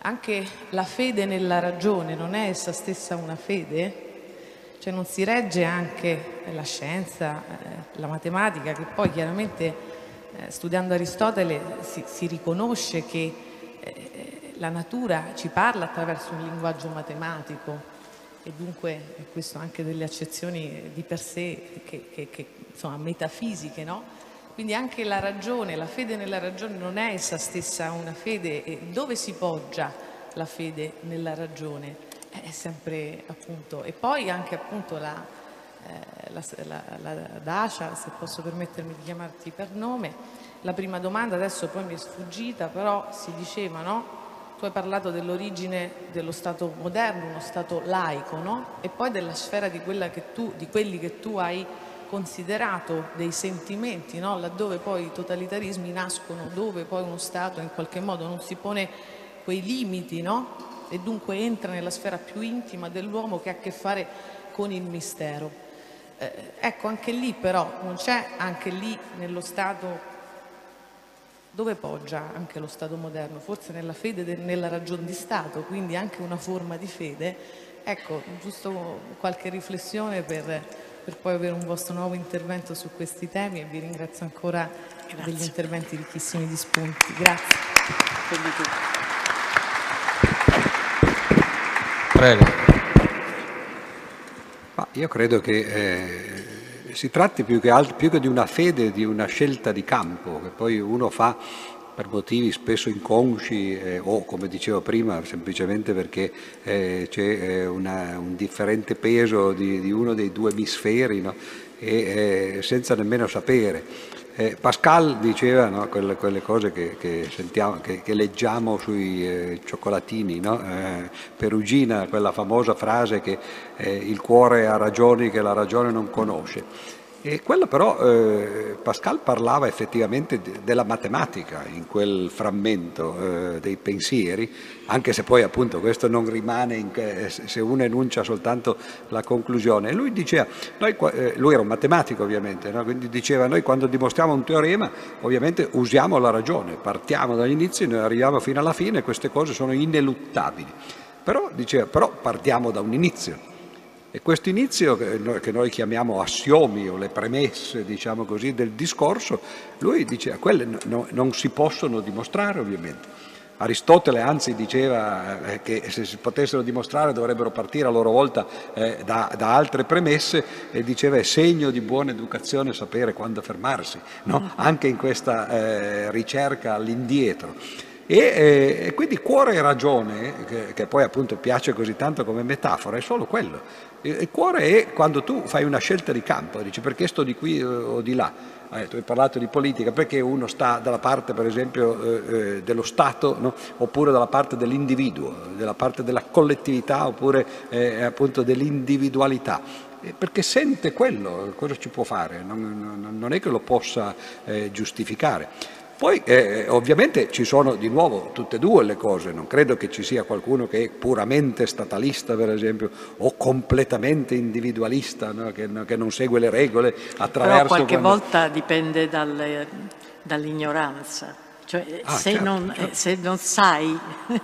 anche la fede nella ragione non è essa stessa una fede? Cioè non si regge anche la scienza, la matematica, che poi chiaramente studiando Aristotele si riconosce che la natura ci parla attraverso un linguaggio matematico e dunque questo anche delle accezioni di per sé che insomma metafisiche, no? Quindi anche la ragione, la fede nella ragione non è essa stessa una fede. E dove si poggia la fede nella ragione? È sempre appunto, e poi anche appunto la Dacia, se posso permettermi di chiamarti per nome, la prima domanda adesso poi mi è sfuggita, però si diceva, no? Tu hai parlato dell'origine dello Stato moderno, uno Stato laico, no? E poi della sfera di quelli che tu hai considerato dei sentimenti, no? Laddove poi i totalitarismi nascono, dove poi uno Stato in qualche modo non si pone quei limiti, no? E dunque entra nella sfera più intima dell'uomo che ha a che fare con il mistero. Ecco, anche lì però non c'è, anche lì nello Stato, dove poggia anche lo Stato moderno? Forse nella fede, nella ragion di Stato, quindi anche una forma di fede. Ecco, giusto qualche riflessione per poi avere un vostro nuovo intervento su questi temi, e vi ringrazio ancora degli interventi ricchissimi di spunti. Grazie. Prego. Ma io credo che si tratti più che di una fede, di una scelta di campo, che poi uno fa per motivi spesso inconsci o, come dicevo prima, semplicemente perché c'è un differente peso di uno dei due emisferi, no? E senza nemmeno sapere. Pascal diceva, no, quelle cose che sentiamo, che leggiamo sui cioccolatini, no? Perugina, quella famosa frase che il cuore ha ragioni che la ragione non conosce. E quella però, Pascal parlava effettivamente della matematica in quel frammento dei pensieri, anche se poi appunto questo non rimane se uno enuncia soltanto la conclusione. E lui diceva, lui era un matematico ovviamente, no? Quindi diceva, noi quando dimostriamo un teorema ovviamente usiamo la ragione, partiamo dall'inizio e noi arriviamo fino alla fine, queste cose sono ineluttabili. Però diceva, però partiamo da un inizio. E questo inizio, che noi chiamiamo assiomi o le premesse, diciamo così, del discorso, lui diceva, quelle non si possono dimostrare ovviamente. Aristotele anzi diceva che se si potessero dimostrare dovrebbero partire a loro volta da altre premesse, e diceva è segno di buona educazione sapere quando fermarsi, no? Anche in questa ricerca all'indietro. E quindi cuore e ragione, che poi appunto piace così tanto come metafora, è solo quello. Il cuore è quando tu fai una scelta di campo, dici perché sto di qui o di là. Tu hai parlato di politica, perché uno sta dalla parte per esempio dello Stato, no? Oppure dalla parte dell'individuo, dalla parte della collettività, oppure appunto dell'individualità. Perché sente quello, cosa ci può fare? Non è che lo possa giustificare. Poi ovviamente ci sono di nuovo tutte e due le cose, non credo che ci sia qualcuno che è puramente statalista per esempio o completamente individualista, no? Che non segue le regole attraverso... Però qualche volta dipende dall'ignoranza. Cioè, se non sai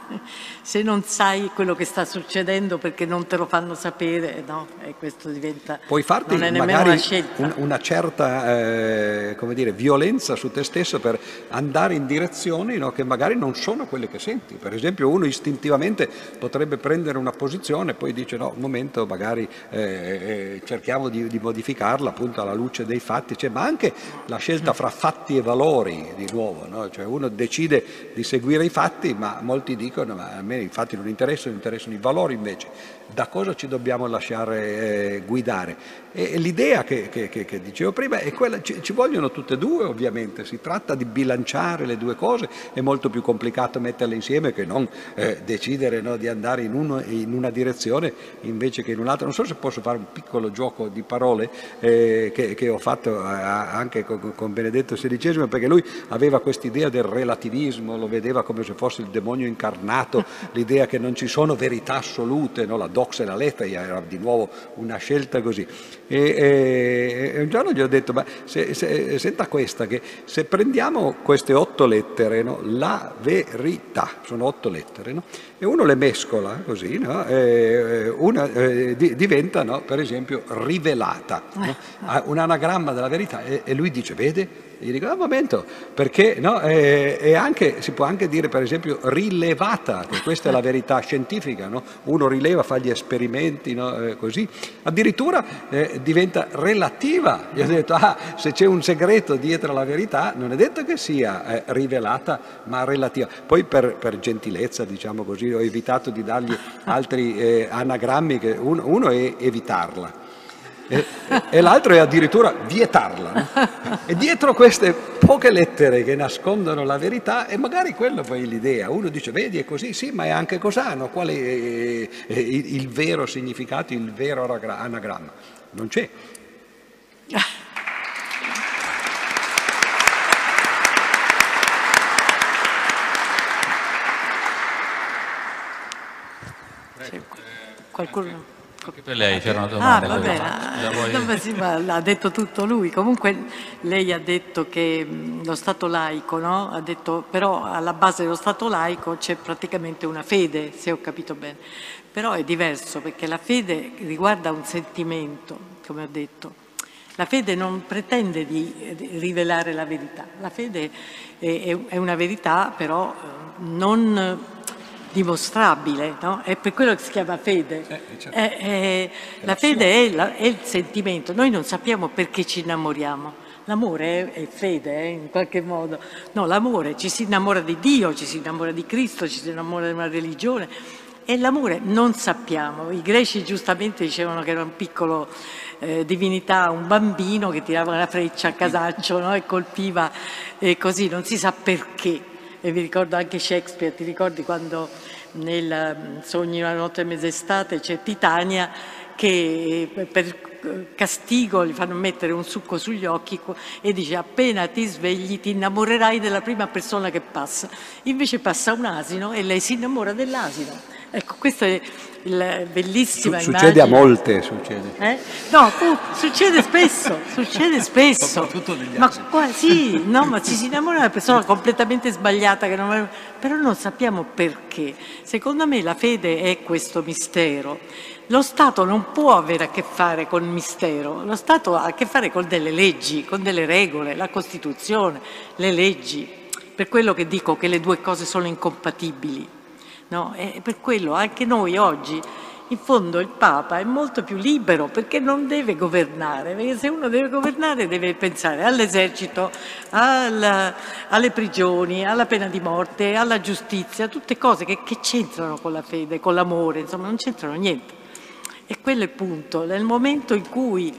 quello che sta succedendo perché non te lo fanno sapere, no? E questo diventa... Puoi farti non è nemmeno magari una scelta. una certa come dire, violenza su te stesso per andare in direzioni, no, che magari non sono quelle che senti. Per esempio uno istintivamente potrebbe prendere una posizione, poi dice no, un momento, magari cerchiamo di modificarla appunto alla luce dei fatti, cioè, ma anche la scelta fra fatti e valori di nuovo, no? Cioè, uno decide di seguire i fatti, ma molti dicono ma a me i fatti non interessano i valori invece. Da cosa ci dobbiamo lasciare guidare? E l'idea che dicevo prima è quella, ci vogliono tutte e due ovviamente, si tratta di bilanciare le due cose, è molto più complicato metterle insieme che non decidere, no, di andare in una direzione invece che in un'altra. Non so se posso fare un piccolo gioco di parole che ho fatto anche con Benedetto XVI, perché lui aveva quest'idea del relativismo, lo vedeva come se fosse il demonio incarnato, l'idea che non ci sono verità assolute, no? La doxa e la lettera era di nuovo una scelta così. E un giorno gli ho detto, ma senta questa, che se prendiamo queste 8 lettere, no? La verità, sono 8 lettere, no? E uno le mescola così, no? Una diventa, no? Per esempio, rivelata, no? Un anagramma della verità, e lui dice, vede? E gli dico, un momento, perché no? Si può anche dire, per esempio, rilevata, che questa è la verità scientifica, no? Uno rileva, fa gli esperimenti, no? Così. Addirittura diventa relativa. Gli ho detto, se c'è un segreto dietro la verità, non è detto che sia rivelata, ma relativa. Poi per gentilezza, diciamo così, ho evitato di dargli altri anagrammi, che uno è evitarla. E l'altro è addirittura vietarla, no? E dietro queste poche lettere che nascondono la verità, e magari quello poi è l'idea, uno dice vedi è così, sì, ma è anche cos'ha, no? Qual è il vero significato, il vero anagramma? Non c'è. Qualcuno? Anche per lei c'era una domanda. Vabbè, sì, ma l'ha detto tutto lui. Comunque lei ha detto che lo Stato laico, no? Ha detto, però alla base dello Stato laico c'è praticamente una fede, se ho capito bene. Però è diverso, perché la fede riguarda un sentimento, come ho detto. La fede non pretende di rivelare la verità. La fede è una verità, però non dimostrabile, no? È per quello che si chiama fede. Certo. La fede è il sentimento. Noi non sappiamo perché ci innamoriamo. L'amore è fede, in qualche modo. No, l'amore, ci si innamora di Dio, ci si innamora di Cristo, ci si innamora di una religione. E l'amore non sappiamo. I greci giustamente dicevano che era un piccolo divinità, un bambino che tirava una freccia a casaccio, no? E colpiva così, non si sa perché. E vi ricordo anche Shakespeare, ti ricordi quando nel Sogni una notte e mezz'estate c'è Titania che per castigo gli fanno mettere un succo sugli occhi e dice appena ti svegli ti innamorerai della prima persona che passa. Invece passa un asino e lei si innamora dell'asino. Ecco, questa è la bellissima immagine. Succede a molte, succede. No, succede spesso, Soprattutto degli ma sì, no, ma ci si innamora di una persona completamente sbagliata, però non sappiamo perché. Secondo me la fede è questo mistero. Lo Stato non può avere a che fare con il mistero, lo Stato ha a che fare con delle leggi, con delle regole, la Costituzione, le leggi. Per quello che dico che le due cose sono incompatibili. No? E per quello anche noi oggi, in fondo il Papa è molto più libero perché non deve governare, perché se uno deve governare deve pensare all'esercito, alle prigioni, alla pena di morte, alla giustizia, tutte cose che c'entrano con la fede, con l'amore, insomma non c'entrano niente. E quello è il punto, nel momento in cui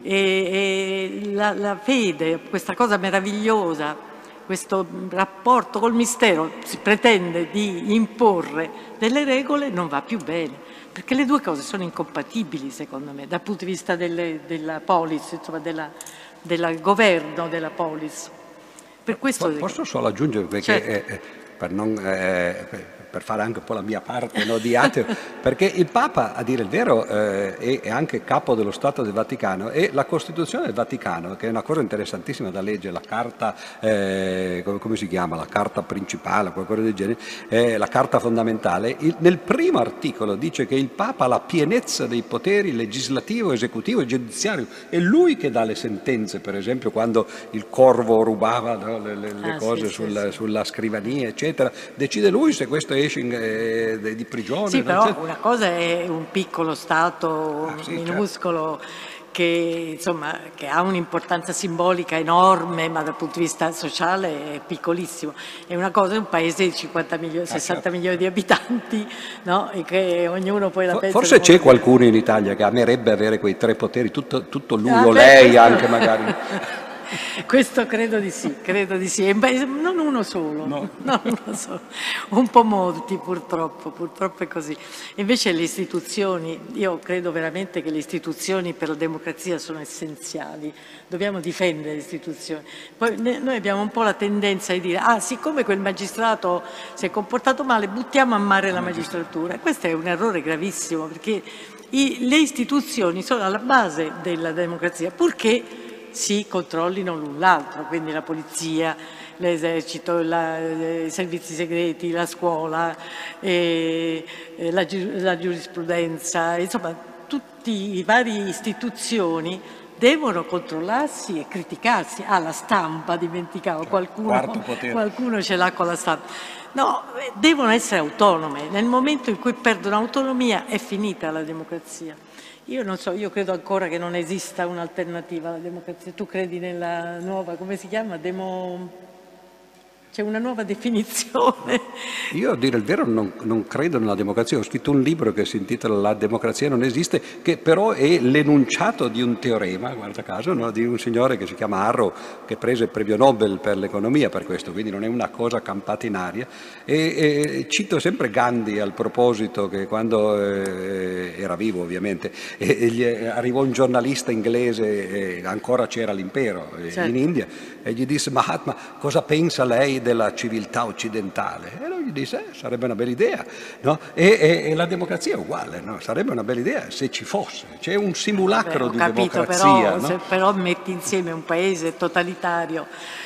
la fede, questa cosa meravigliosa, questo rapporto col mistero si pretende di imporre delle regole, non va più bene, perché le due cose sono incompatibili secondo me, dal punto di vista della polis, insomma del governo della polis. Per questo posso solo aggiungere, perché certo. Per fare anche un po' la mia parte, no, di ateo, perché il Papa, a dire il vero, è anche capo dello Stato del Vaticano, e la Costituzione del Vaticano, che è una cosa interessantissima da leggere, la carta, come si chiama, la carta principale, qualcosa del genere, la carta fondamentale, nel primo articolo dice che il Papa ha la pienezza dei poteri legislativo, esecutivo e giudiziario, è lui che dà le sentenze, per esempio quando il corvo rubava, no, le cose sulla scrivania, eccetera, decide lui se questo esce di prigione. Sì, però una cosa è un piccolo Stato minuscolo, certo, che ha un'importanza simbolica enorme, ma dal punto di vista sociale è piccolissimo. E una cosa è un paese di 60 milioni di abitanti, no? E che ognuno poi la pensa. Forse c'è qualcuno in Italia che amerebbe avere quei tre poteri, tutto lui o lei anche magari. Questo credo di sì, E non uno solo, No. non uno solo, un po' molti purtroppo è così. Invece le istituzioni, io credo veramente che le istituzioni per la democrazia sono essenziali, dobbiamo difendere le istituzioni. Poi noi abbiamo un po' la tendenza di dire, siccome quel magistrato si è comportato male, buttiamo a mare la magistratura. Questo è un errore gravissimo, perché le istituzioni sono alla base della democrazia, purché si controllino l'un l'altro, quindi la polizia, l'esercito, i servizi segreti, la scuola, la giurisprudenza, insomma tutte le varie istituzioni devono controllarsi e criticarsi. La stampa, dimenticavo, qualcuno ce l'ha con la stampa. No, devono essere autonome. Nel momento in cui perdono autonomia è finita la democrazia. Io non so, io credo ancora che non esista un'alternativa alla democrazia. Tu credi nella nuova, come si chiama? C'è una nuova definizione. Io, a dire il vero, non credo nella democrazia. Ho scritto un libro che si intitola La democrazia non esiste, che però è l'enunciato di un teorema, guarda caso, no? Di un signore che si chiama Arrow, che prese il premio Nobel per l'economia per questo, quindi non è una cosa campata in aria. E cito sempre Gandhi al proposito, che quando era vivo ovviamente, arrivò un giornalista inglese, ancora c'era l'impero in India, e gli disse: Mahatma, cosa pensa lei della civiltà occidentale? E lui gli disse: sarebbe una bella idea, no? E la democrazia è uguale, no? Sarebbe una bella idea se ci fosse. C'è un simulacro di democrazia. Però, no? però metti insieme un paese totalitario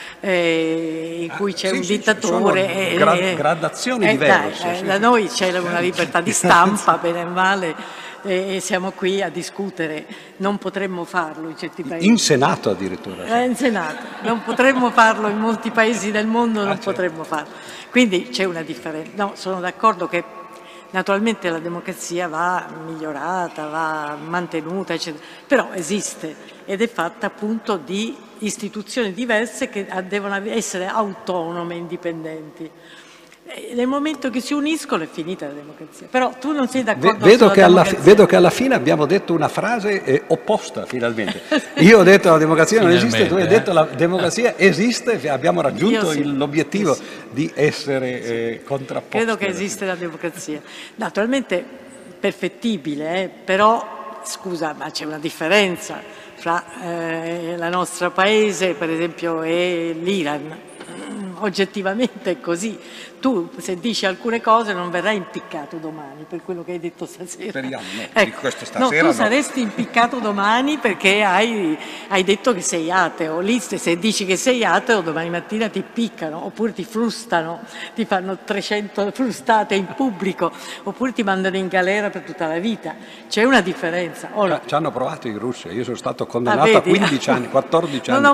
in cui c'è un dittatore. Sono gradazioni diverse. Da noi c'è una libertà di stampa, bene o male. E siamo qui a discutere, non potremmo farlo in certi paesi. In Senato addirittura. In Senato, non potremmo farlo in molti paesi del mondo, non potremmo farlo. Quindi c'è una differenza. No, sono d'accordo che naturalmente la democrazia va migliorata, va mantenuta, eccetera, però esiste ed è fatta appunto di istituzioni diverse che devono essere autonome, indipendenti. Nel momento che si uniscono è finita la democrazia. Però tu non sei d'accordo vedo che alla fine abbiamo detto una frase opposta, finalmente. Io ho detto la democrazia non esiste, tu hai detto la democrazia esiste, abbiamo raggiunto l'obiettivo di essere contrapposti. Credo che esiste la democrazia. Naturalmente perfettibile, però scusa, ma c'è una differenza fra il nostro paese, per esempio, e l'Iran. Oggettivamente è così. Tu, se dici alcune cose, non verrai impiccato domani per quello che hai detto stasera. Speriamo, no. Ecco. Questo stasera tu saresti impiccato domani perché hai detto che sei ateo. Lì, se dici che sei ateo, domani mattina ti piccano, oppure ti frustano, ti fanno 300 frustate in pubblico, oppure ti mandano in galera per tutta la vita. C'è una differenza. Ci hanno provato in Russia, io sono stato condannato a 15 anni, 14 anni.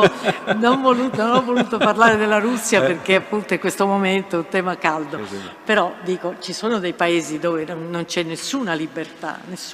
Non ho voluto parlare della Russia perché appunto in questo momento è un tema caldo, però dico, ci sono dei paesi dove non c'è nessuna libertà.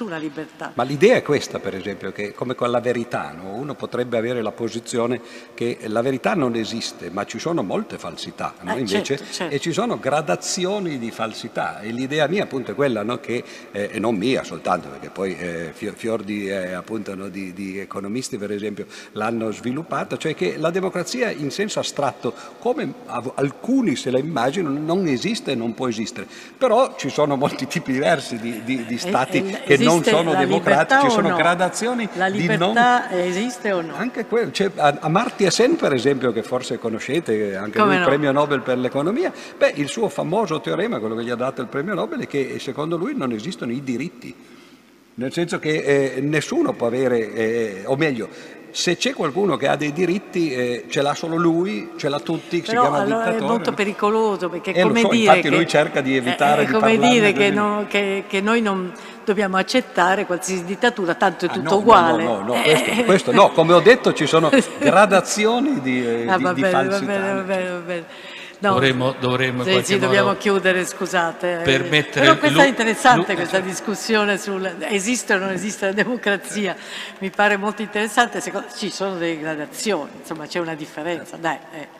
Ma l'idea è questa, per esempio, che come con la verità, no? Uno potrebbe avere la posizione che la verità non esiste, ma ci sono molte falsità, no? Invece, certo. E ci sono gradazioni di falsità, e l'idea mia appunto è quella, no? Che, e non mia soltanto, perché poi fior di, appunto, no? di economisti per esempio l'hanno sviluppata, cioè che la democrazia in senso astratto, come alcuni se la immaginano, non esiste e non può esistere, però ci sono molti tipi diversi di stati che non sono democratici, ci sono gradazioni la libertà esiste o no? Anche quello, cioè, Amartya Sen per esempio, che forse conoscete, anche lui premio Nobel per l'economia, il suo famoso teorema, quello che gli ha dato il premio Nobel, è che secondo lui non esistono i diritti, nel senso che nessuno può avere, o meglio, se c'è qualcuno che ha dei diritti, ce l'ha solo lui, ce l'ha tutti, però, si chiama allora dittatore. È molto pericoloso, perché è come dire infatti che, lui cerca di evitare di come parlarne. dire che noi non dobbiamo accettare qualsiasi dittatura, tanto è tutto uguale. No, questo no, come ho detto ci sono gradazioni di falsità. Va bene. No, dovremmo in qualche dobbiamo modo chiudere, scusate. Permettere Però questa è interessante, questa discussione sul esiste o non esiste la democrazia, mi pare molto interessante. Ci sono delle gradazioni, insomma c'è una differenza, dai.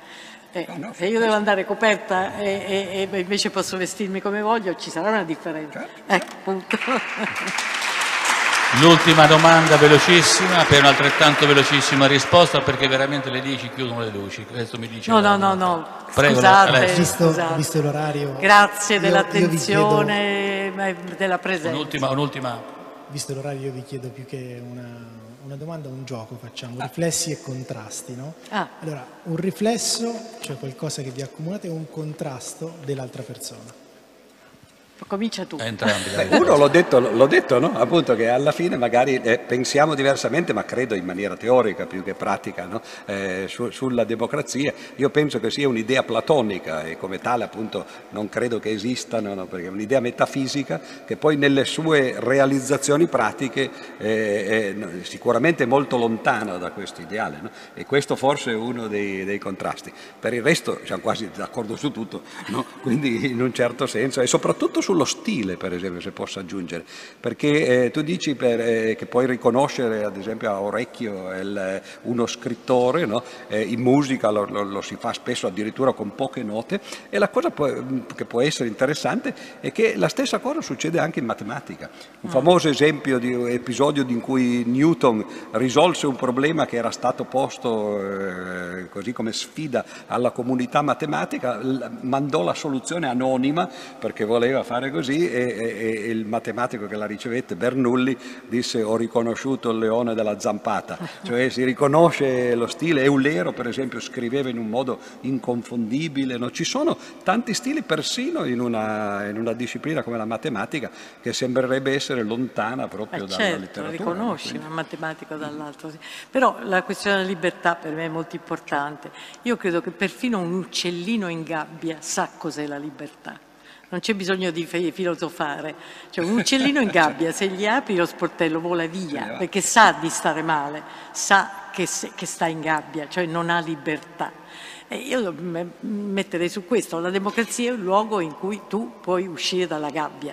Se io devo andare coperta e invece posso vestirmi come voglio, ci sarà una differenza. Ecco, punto. L'ultima domanda velocissima per un'altrettanto velocissima risposta, perché veramente le 10 chiudono le luci. Questo mi dice. No. Prego, Scusate, visto l'orario. Grazie dell'attenzione e della presenza. Un'ultima. Visto l'orario, io vi chiedo più che una domanda, un gioco facciamo, riflessi e contrasti, no? Allora, un riflesso, cioè qualcosa che vi accomunate, e un contrasto dell'altra persona. Comincia tu. Entrambi. Uno l'ho detto, no? Appunto, che alla fine magari pensiamo diversamente, ma credo in maniera teorica più che pratica, no? Sulla democrazia. Io penso che sia un'idea platonica e come tale appunto non credo che esistano, no? Perché è un'idea metafisica che poi nelle sue realizzazioni pratiche è sicuramente molto lontana da questo ideale, no? E questo forse è uno dei contrasti. Per il resto siamo quasi d'accordo su tutto, no? Quindi in un certo senso, e soprattutto sullo stile, per esempio, se posso aggiungere, perché tu dici che puoi riconoscere ad esempio a orecchio uno scrittore, no? In musica lo si fa spesso addirittura con poche note, e la cosa che può essere interessante è che la stessa cosa succede anche in matematica. Un famoso esempio di un episodio in cui Newton risolse un problema che era stato posto così come sfida alla comunità matematica, mandò la soluzione anonima perché voleva fare così, e il matematico che la ricevette, Bernoulli, disse: ho riconosciuto il leone della zampata, cioè si riconosce lo stile. Eulero per esempio scriveva in un modo inconfondibile, no? Ci sono tanti stili persino in una disciplina come la matematica che sembrerebbe essere lontana proprio dalla letteratura. Riconosci un matematico dall'altro, sì. Però la questione della libertà per me è molto importante. Io credo che perfino un uccellino in gabbia sa cos'è la libertà. Non c'è bisogno di filosofare, cioè un uccellino in gabbia, se gli apri lo sportello vola via, perché sa di stare male, sa che sta in gabbia, cioè non ha libertà. E io metterei su questo: la democrazia è un luogo in cui tu puoi uscire dalla gabbia.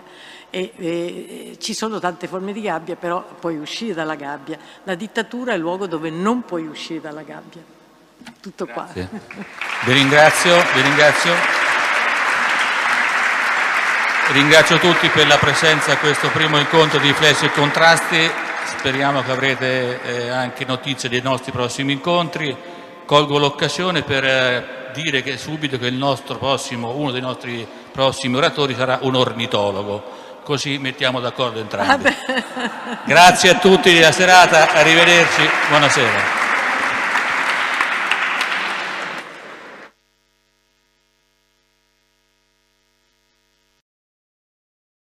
Ci sono tante forme di gabbia, però puoi uscire dalla gabbia. La dittatura è il luogo dove non puoi uscire dalla gabbia. Tutto qua. Vi ringrazio. Ringrazio tutti per la presenza a questo primo incontro di Riflessi e Contrasti. Speriamo che avrete anche notizie dei nostri prossimi incontri. Colgo l'occasione per dire che subito che uno dei nostri prossimi oratori sarà un ornitologo, così mettiamo d'accordo entrambi. Grazie a tutti della serata, arrivederci, buonasera.